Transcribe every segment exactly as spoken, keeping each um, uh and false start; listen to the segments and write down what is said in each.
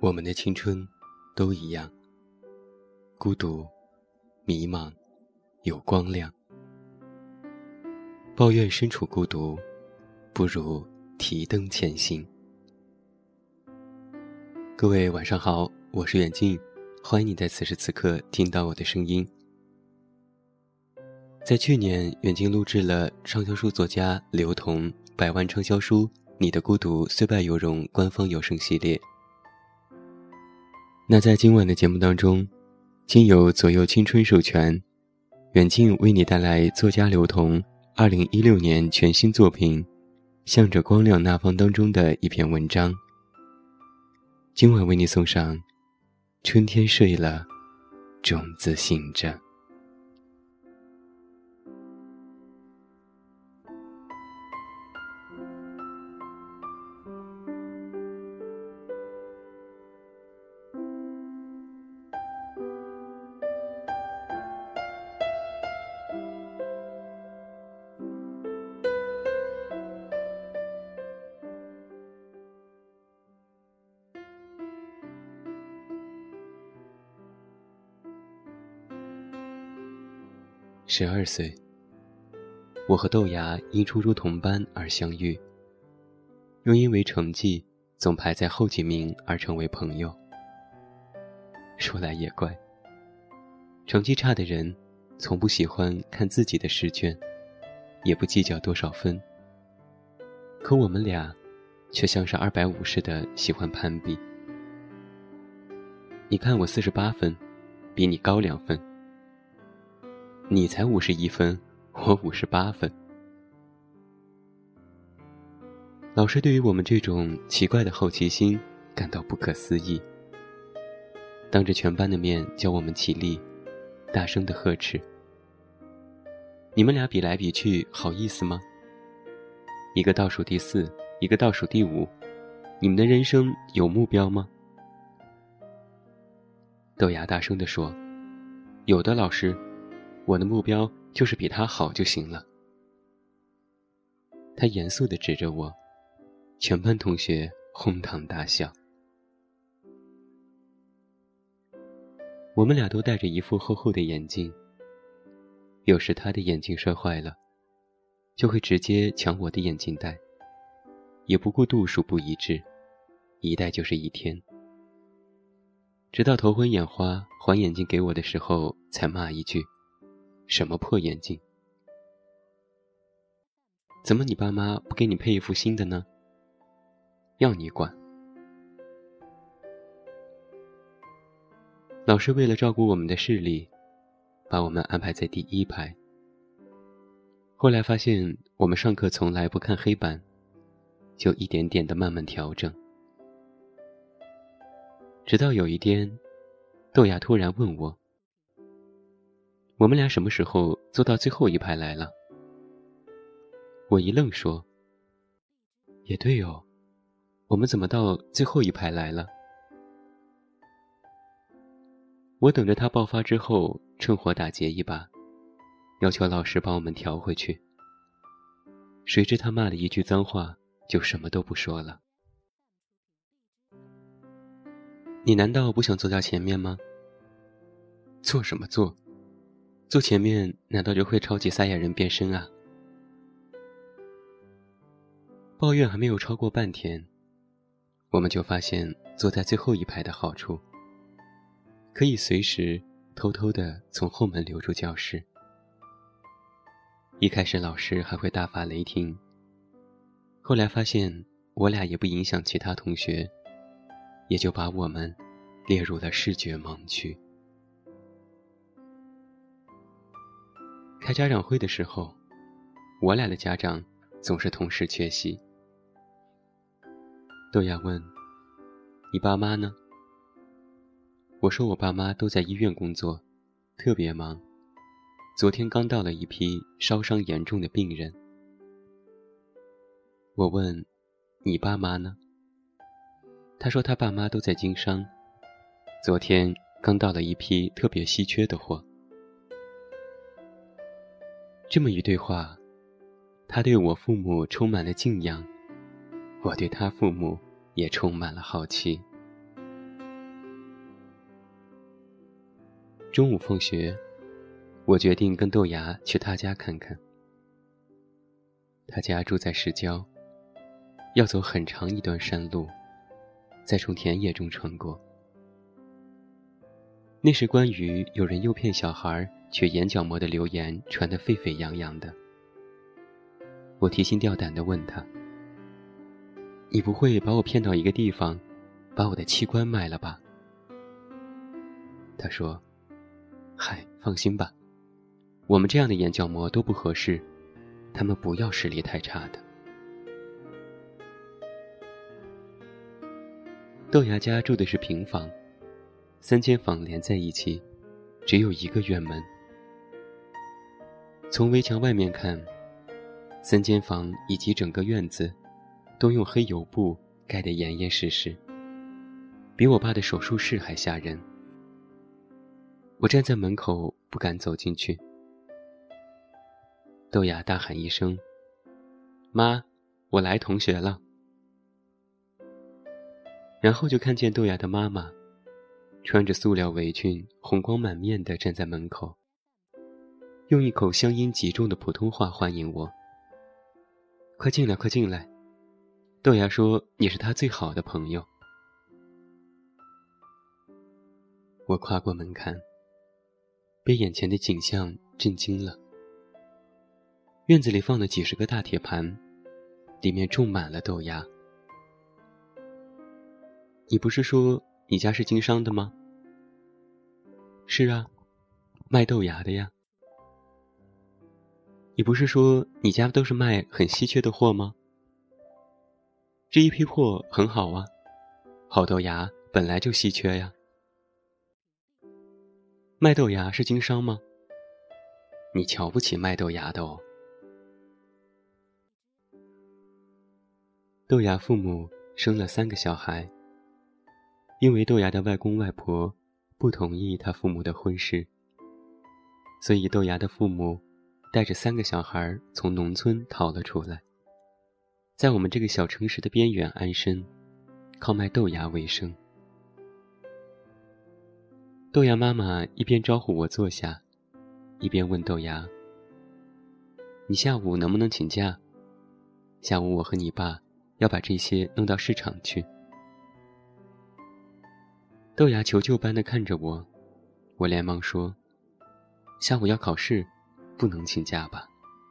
我们的青春都一样，孤独、迷茫、有光亮。抱怨身处孤独，不如提灯前行。各位晚上好，我是远近，欢迎你在此时此刻听到我的声音。在去年，远近录制了畅销书作家刘同百万畅销书《你的孤独虽败犹荣》官方有声系列。那在今晚的节目当中，经由左右青春授权，远近为你带来作家刘同二零一六年全新作品《向着光亮那方》当中的一篇文章。今晚为你送上春天睡了，种子醒着。十二岁，我和豆芽因初入同班而相遇，又因为成绩总排在后几名而成为朋友。说来也怪，成绩差的人从不喜欢看自己的试卷，也不计较多少分，可我们俩却像是二百五似的喜欢攀比。你看我四十八分，比你高两分。你才五十一分，我五十八分。老师对于我们这种奇怪的好奇心感到不可思议，当着全班的面叫我们起立，大声地呵斥：你们俩比来比去好意思吗？一个倒数第四，一个倒数第五，你们的人生有目标吗？豆芽大声地说：有的，老师，我的目标就是比他好就行了。他严肃地指着我，全班同学哄堂大笑。我们俩都戴着一副厚厚的眼镜，有时他的眼镜摔坏了，就会直接抢我的眼镜戴，也不顾度数不一致，一戴就是一天。直到头昏眼花还眼镜给我的时候，才骂一句：什么破眼镜？怎么你爸妈不给你配一副新的呢？要你管。老师为了照顾我们的视力，把我们安排在第一排。后来发现我们上课从来不看黑板，就一点点地慢慢调整。直到有一天，豆芽突然问我：我们俩什么时候坐到最后一排来了？我一愣说：也对哦，我们怎么到最后一排来了？我等着他爆发之后，趁火打劫一把，要求老师帮我们调回去。谁知他骂了一句脏话，就什么都不说了。你难道不想坐在前面吗？坐什么坐？坐前面难道就会超级赛亚人变身啊？抱怨还没有超过半天，我们就发现坐在最后一排的好处，可以随时偷偷地从后门溜出教室。一开始老师还会大发雷霆，后来发现我俩也不影响其他同学，也就把我们列入了视觉盲区。开家长会的时候，我俩的家长总是同时缺席。豆芽问：你爸妈呢？我说我爸妈都在医院工作，特别忙，昨天刚到了一批烧伤严重的病人。我问：你爸妈呢？他说他爸妈都在经商，昨天刚到了一批特别稀缺的货。这么一对话，他对我父母充满了敬仰，我对他父母也充满了好奇。 中午放学，我决定跟豆芽去他家看看。他家住在市郊，要走很长一段山路，再从田野中穿过。那是关于有人诱骗小孩取眼角膜的流言传得沸沸扬扬的。我提心吊胆地问他：你不会把我骗到一个地方，把我的器官卖了吧？他说：嗨，放心吧，我们这样的眼角膜都不合适，他们不要视力太差的。豆芽家住的是平房，三间房连在一起，只有一个院门。从围墙外面看，三间房以及整个院子都用黑油布盖得严严实实，比我爸的手术室还吓人。我站在门口不敢走进去。豆芽大喊一声：妈，我来同学了。然后就看见豆芽的妈妈穿着塑料围裙，红光满面地站在门口，用一口乡音极重的普通话欢迎我：快进来，快进来。豆芽说你是他最好的朋友。我跨过门槛，被眼前的景象震惊了。院子里放了几十个大铁盘，里面种满了豆芽。你不是说你家是经商的吗？是啊，卖豆芽的呀。你不是说你家都是卖很稀缺的货吗？这一批货很好啊，好豆芽本来就稀缺呀。卖豆芽是经商吗？你瞧不起卖豆芽的哦。豆芽父母生了三个小孩，因为豆芽的外公外婆不同意他父母的婚事，所以豆芽的父母带着三个小孩从农村逃了出来，在我们这个小城市的边缘安身，靠卖豆芽为生。豆芽妈妈一边招呼我坐下，一边问豆芽：你下午能不能请假？下午我和你爸要把这些弄到市场去。豆芽求救般地看着我，我连忙说：下午要考试，不能请假吧？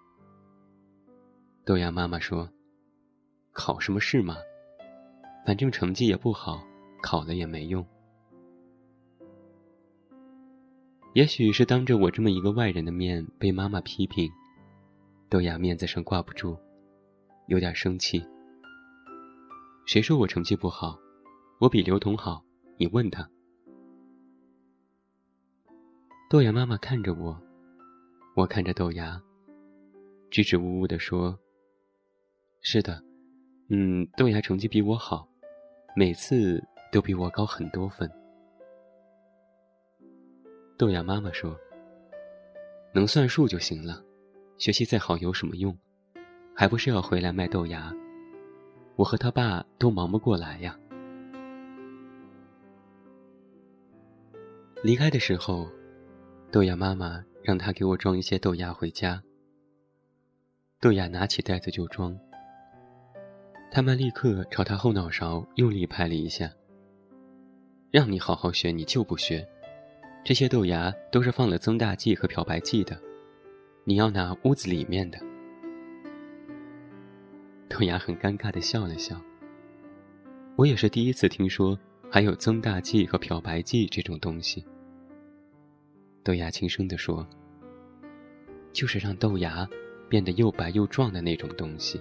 豆芽妈妈说：考什么试嘛，反正成绩也不好，考了也没用。也许是当着我这么一个外人的面被妈妈批评，豆芽面子上挂不住，有点生气。谁说我成绩不好？我比刘同好，你问他。豆芽妈妈看着我，我看着豆芽，支支吾吾地说：是的，嗯，豆芽成绩比我好，每次都比我高很多分。豆芽妈妈说：能算数就行了，学习再好有什么用？还不是要回来卖豆芽？我和他爸都忙不过来呀。离开的时候，豆芽妈妈让他给我装一些豆芽回家。豆芽拿起袋子就装，他们立刻朝他后脑勺用力拍了一下：让你好好学你就不学，这些豆芽都是放了增大剂和漂白剂的，你要拿屋子里面的。豆芽很尴尬地笑了笑，我也是第一次听说还有增大剂和漂白剂这种东西。豆芽轻声地说：就是让豆芽变得又白又壮的那种东西。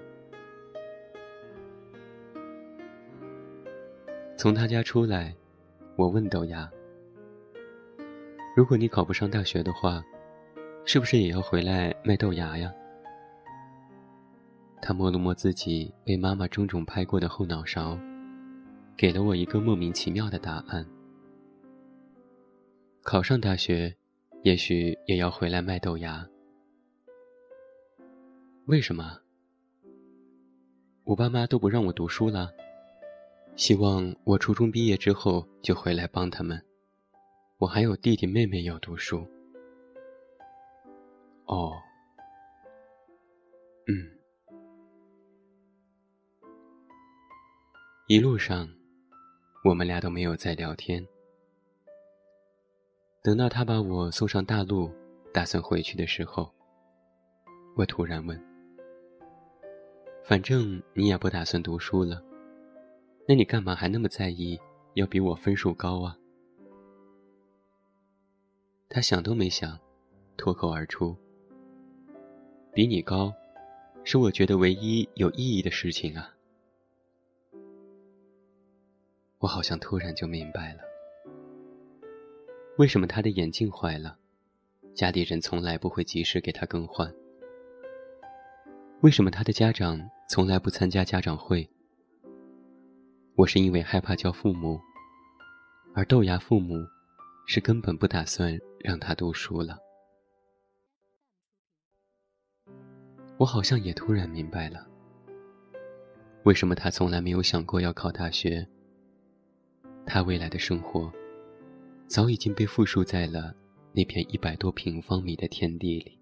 从他家出来，我问豆芽：如果你考不上大学的话，是不是也要回来卖豆芽呀？他摸了摸自己被妈妈重重拍过的后脑勺，给了我一个莫名其妙的答案：考上大学，也许也要回来卖豆芽。为什么？我爸妈都不让我读书了，希望我初中毕业之后就回来帮他们。 我还有弟弟妹妹要读书。哦，嗯。一路上，我们俩都没有再聊天。等到他把我送上大路，打算回去的时候，我突然问：反正你也不打算读书了，那你干嘛还那么在意要比我分数高啊？他想都没想，脱口而出：比你高，是我觉得唯一有意义的事情啊。我好像突然就明白了，为什么他的眼镜坏了，家里人从来不会及时给他更换？为什么他的家长从来不参加家长会？我是因为害怕叫父母，而豆芽父母是根本不打算让他读书了。我好像也突然明白了，为什么他从来没有想过要考大学。他未来的生活早已经被附属在了那片一百多平方米的天地里。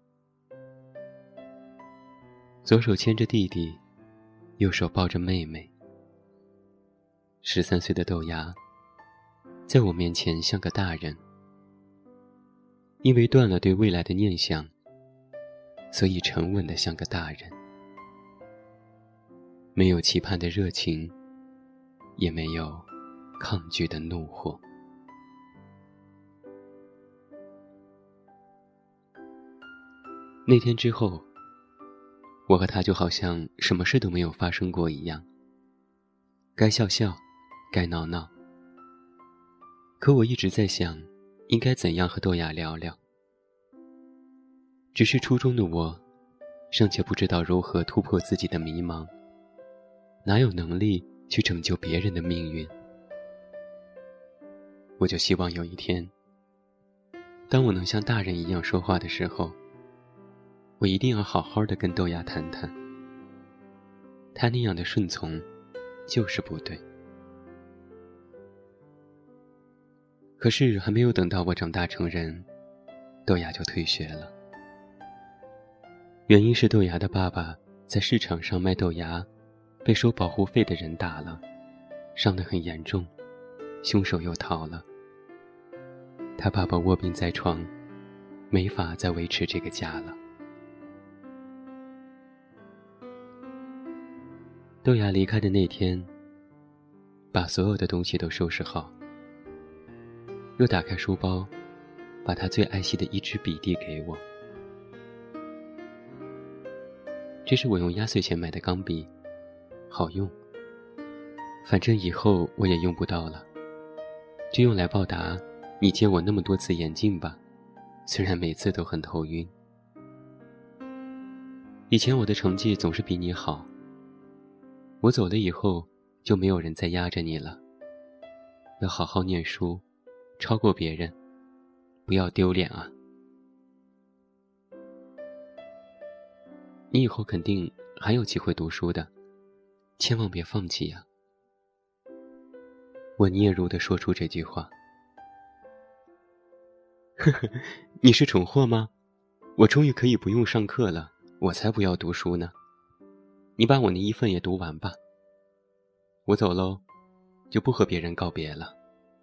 左手牵着弟弟，右手抱着妹妹。十三岁的豆芽在我面前像个大人，因为断了对未来的念想，所以沉稳得像个大人，没有期盼的热情，也没有抗拒的怒火。那天之后，我和他就好像什么事都没有发生过一样，该笑笑，该闹闹。可我一直在想，应该怎样和豆芽聊聊。只是初中的我，尚且不知道如何突破自己的迷茫，哪有能力去拯救别人的命运？我就希望有一天，当我能像大人一样说话的时候，我一定要好好的跟豆芽谈谈。他那样的顺从就是不对。可是还没有等到我长大成人，豆芽就退学了。原因是豆芽的爸爸在市场上卖豆芽，被收保护费的人打了，伤得很严重，凶手又逃了。他爸爸卧病在床，没法再维持这个家了。豆芽离开的那天，把所有的东西都收拾好，又打开书包，把他最爱惜的一支笔递给我。这是我用压岁钱买的钢笔，好用，反正以后我也用不到了，就用来报答你借我那么多次眼镜吧，虽然每次都很头晕。以前我的成绩总是比你好，我走了以后就没有人再压着你了，要好好念书，超过别人，不要丢脸啊。你以后肯定还有机会读书的，千万别放弃呀。我嗫嚅地说出这句话。呵呵，你是蠢货吗？我终于可以不用上课了，我才不要读书呢。你把我那一份也读完吧。我走喽，就不和别人告别了。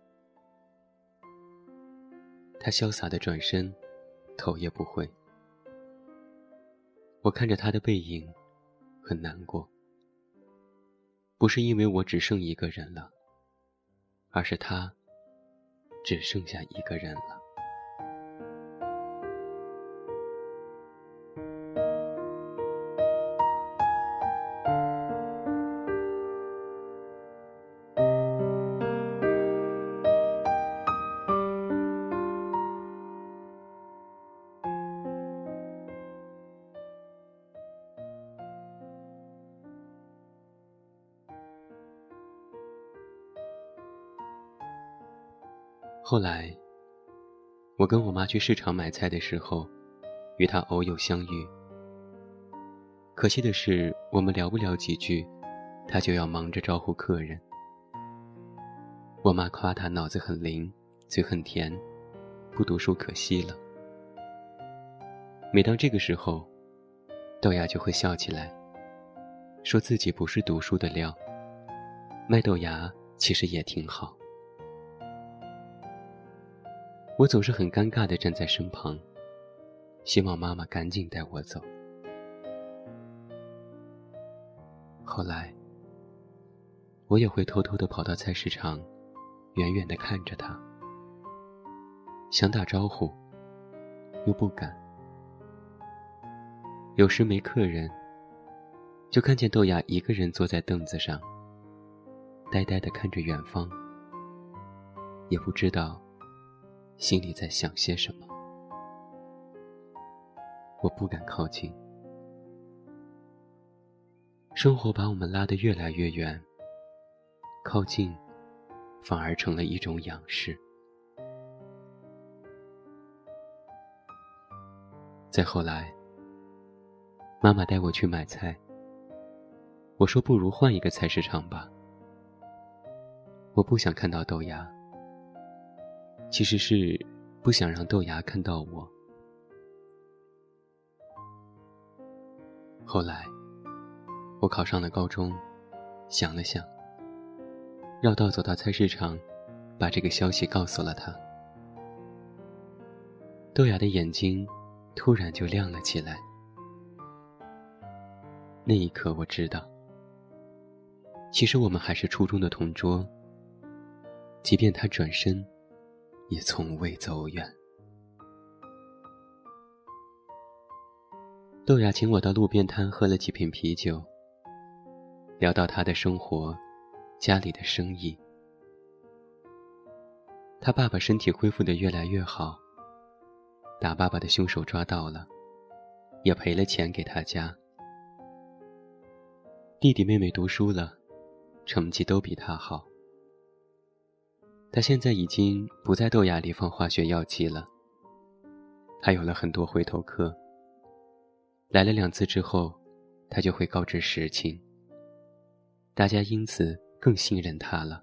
他潇洒地转身，头也不回。我看着他的背影，很难过。不是因为我只剩一个人了，而是他只剩下一个人了。后来，我跟我妈去市场买菜的时候，与她偶有相遇。可惜的是，我们聊不了几句，她就要忙着招呼客人。我妈夸她脑子很灵， 嘴很甜，不读书可惜了。每当这个时候，豆芽就会笑起来，说自己不是读书的料，卖豆芽其实也挺好。我总是很尴尬地站在身旁，希望妈妈赶紧带我走。后来，我也会偷偷地跑到菜市场，远远地看着她，想打招呼，又不敢。有时没客人，就看见豆芽一个人坐在凳子上，呆呆地看着远方，也不知道心里在想些什么。我不敢靠近。生活把我们拉得越来越远，靠近反而成了一种仰视。再后来，妈妈带我去买菜，我说不如换一个菜市场吧。我不想看到豆芽，其实是不想让豆芽看到我。后来我考上了高中，想了想，绕道走到菜市场，把这个消息告诉了他。豆芽的眼睛突然就亮了起来。那一刻我知道，其实我们还是初中的同桌，即便他转身，也从未走远。豆芽请我到路边摊喝了几瓶啤酒，聊到他的生活，家里的生意。他爸爸身体恢复得越来越好，打爸爸的凶手抓到了，也赔了钱给他家。弟弟妹妹读书了，成绩都比他好。他现在已经不在豆芽里放化学药剂了，还有了很多回头客。来了两次之后，他就会告知实情，大家因此更信任他了。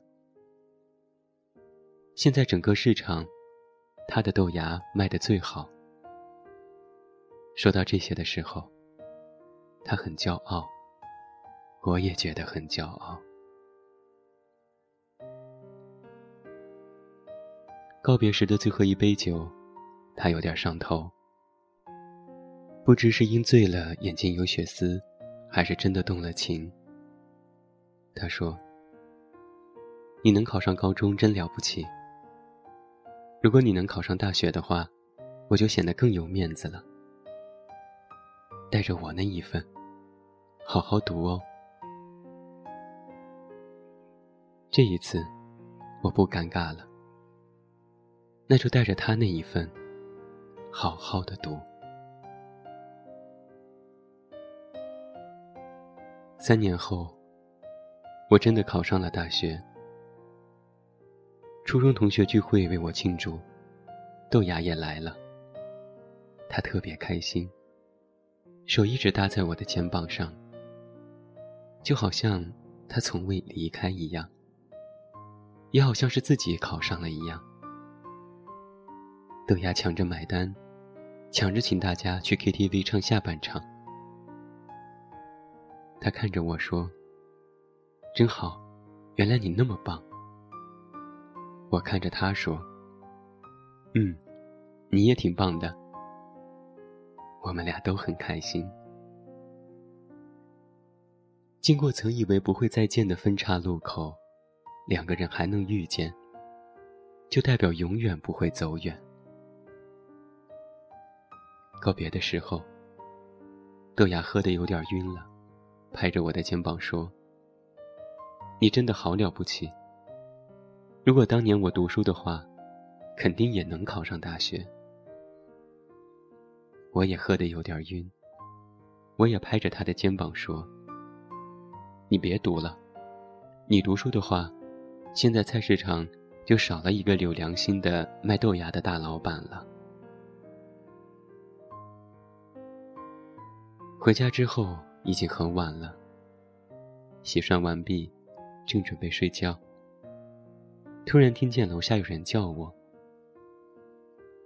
现在整个市场，他的豆芽卖得最好。说到这些的时候，他很骄傲，我也觉得很骄傲。告别时的最后一杯酒，他有点上头，不知是因醉了眼睛有血丝，还是真的动了情。他说，你能考上高中真了不起，如果你能考上大学的话，我就显得更有面子了。带着我那一份，好好读哦。这一次我不尴尬了，那就带着他那一份，好好的读。三年后，我真的考上了大学。初中同学聚会为我庆祝，豆芽也来了。他特别开心，手一直搭在我的肩膀上，就好像他从未离开一样，也好像是自己考上了一样。豆芽抢着买单，抢着请大家去 K T V 唱下半场。他看着我说，真好，原来你那么棒。我看着他说，嗯，你也挺棒的。我们俩都很开心。经过曾以为不会再见的分岔路口，两个人还能遇见，就代表永远不会走远。告别的时候，豆芽喝得有点晕了，拍着我的肩膀说，你真的好了不起，如果当年我读书的话，肯定也能考上大学。我也喝得有点晕，我也拍着他的肩膀说，你别读了，你读书的话，现在菜市场就少了一个有良心的卖豆芽的大老板了。回家之后已经很晚了，洗涮完毕，正准备睡觉，突然听见楼下有人叫我，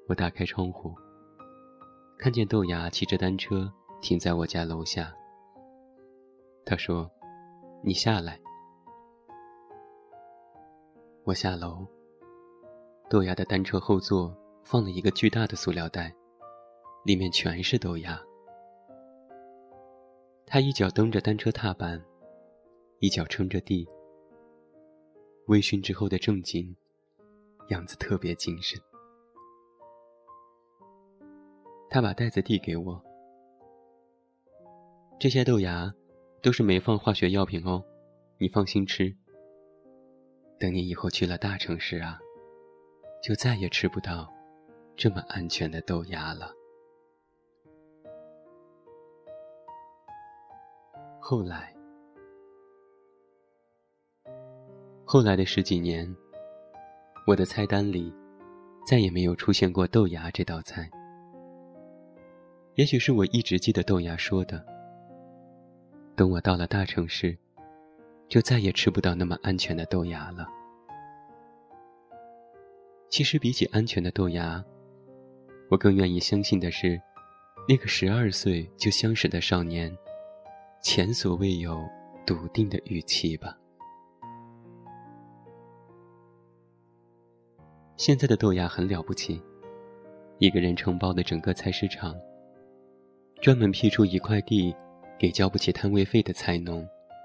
我打开窗户，看见豆芽骑着单车停在我家楼下。他说：“你下来。”我下楼，豆芽的单车后座放了一个巨大的塑料袋，里面全是豆芽。他一脚蹬着单车踏板，一脚撑着地，微醺之后的正经，样子特别精神。他把袋子递给我，这些豆芽都是没放化学药品哦，你放心吃。等你以后去了大城市啊，就再也吃不到这么安全的豆芽了。后来，后来的十几年，我的菜单里再也没有出现过豆芽这道菜。也许是我一直记得豆芽说的，等我到了大城市，就再也吃不到那么安全的豆芽了。其实比起安全的豆芽，我更愿意相信的是，那个十二岁就相识的少年，前所未有笃定的语气吧。现在的豆芽很了不起，一个人承包了整个菜市场，专门辟出一块地给交不起摊位费的菜农。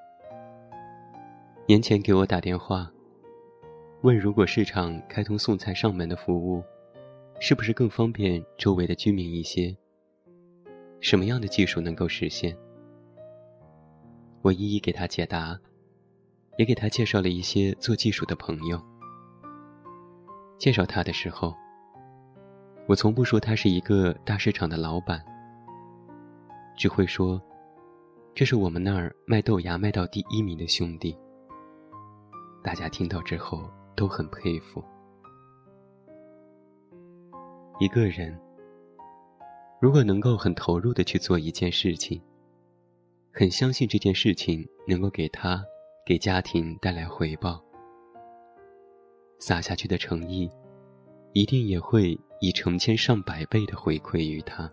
年前给我打电话，问如果市场开通送菜上门的服务，是不是更方便周围的居民一些？什么样的技术能够实现？我一一给他解答，也给他介绍了一些做技术的朋友。介绍他的时候，我从不说他是一个大市场的老板，只会说这是我们那儿卖豆芽卖到第一名的兄弟。大家听到之后都很佩服。一个人如果能够很投入地去做一件事情，很相信这件事情能够给他给家庭带来回报，撒下去的诚意一定也会以成千上百倍的回馈于他。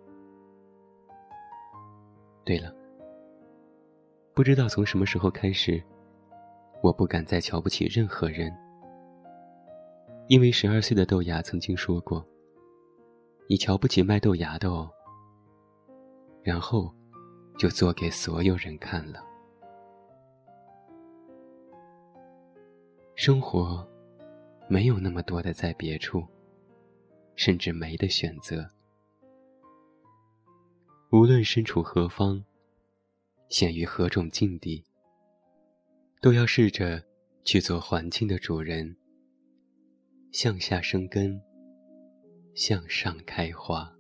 对了，不知道从什么时候开始，我不敢再瞧不起任何人，因为十二岁的豆芽曾经说过，你瞧不起卖豆芽的哦，然后就做给所有人看了。生活没有那么多的在别处，甚至没得选择。无论身处何方，陷于何种境地，都要试着去做环境的主人，向下生根，向上开花。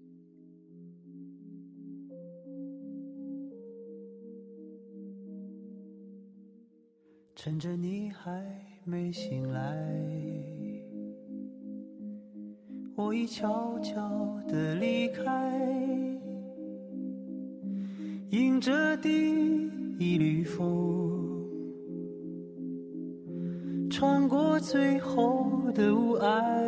趁着你还没醒来，我已悄悄地离开，迎着第一缕风，穿过最后的雾霭。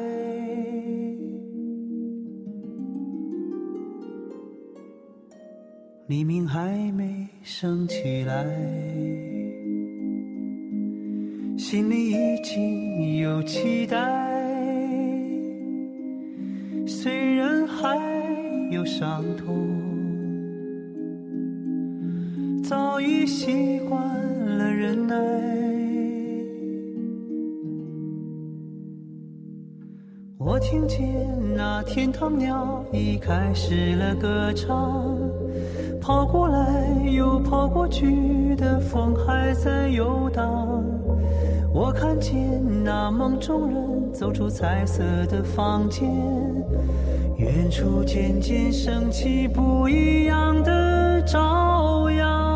黎明还没升起来，心里已经有期待，虽然还有伤痛，早已习惯了忍耐。我听见那天堂鸟已开始了歌唱，跑过来又跑过去的风还在游荡。我看见那梦中人走出彩色的房间，远处渐渐升起不一样的朝阳。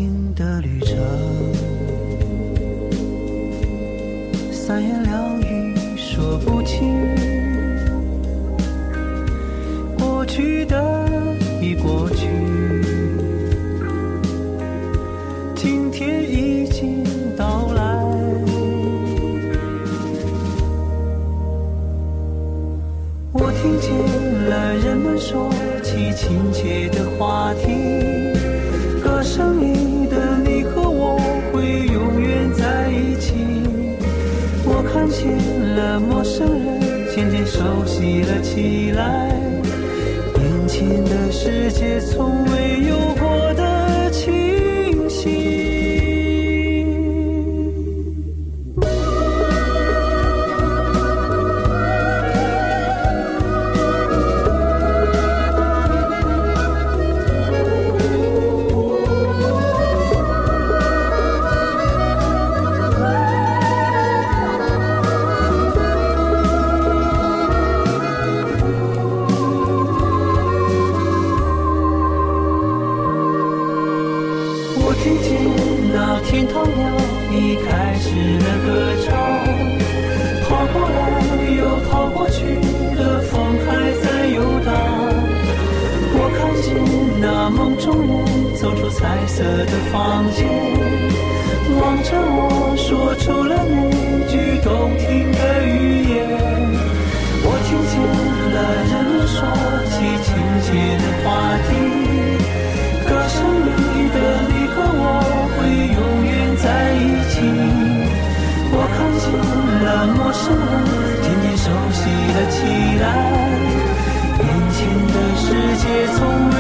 心的旅程，三言两语说不清，过去的已过去，今天已经到来。我听见了人们说起亲切的话题，歌声里的你和我会永远在一起。我看见了陌生人渐渐熟悉了起来，眼前的世界从未有过的清晰。听见那天堂鸟已开始了歌唱，跑过来又跑过去的风还在游荡。我看见那梦中人走出彩色的房间，望着我说出了那句动听的语言。我听见了人们说起亲切的话题，歌声里的你和我会永远在一起。我看见了陌生人渐渐熟悉了起来，眼前的世界从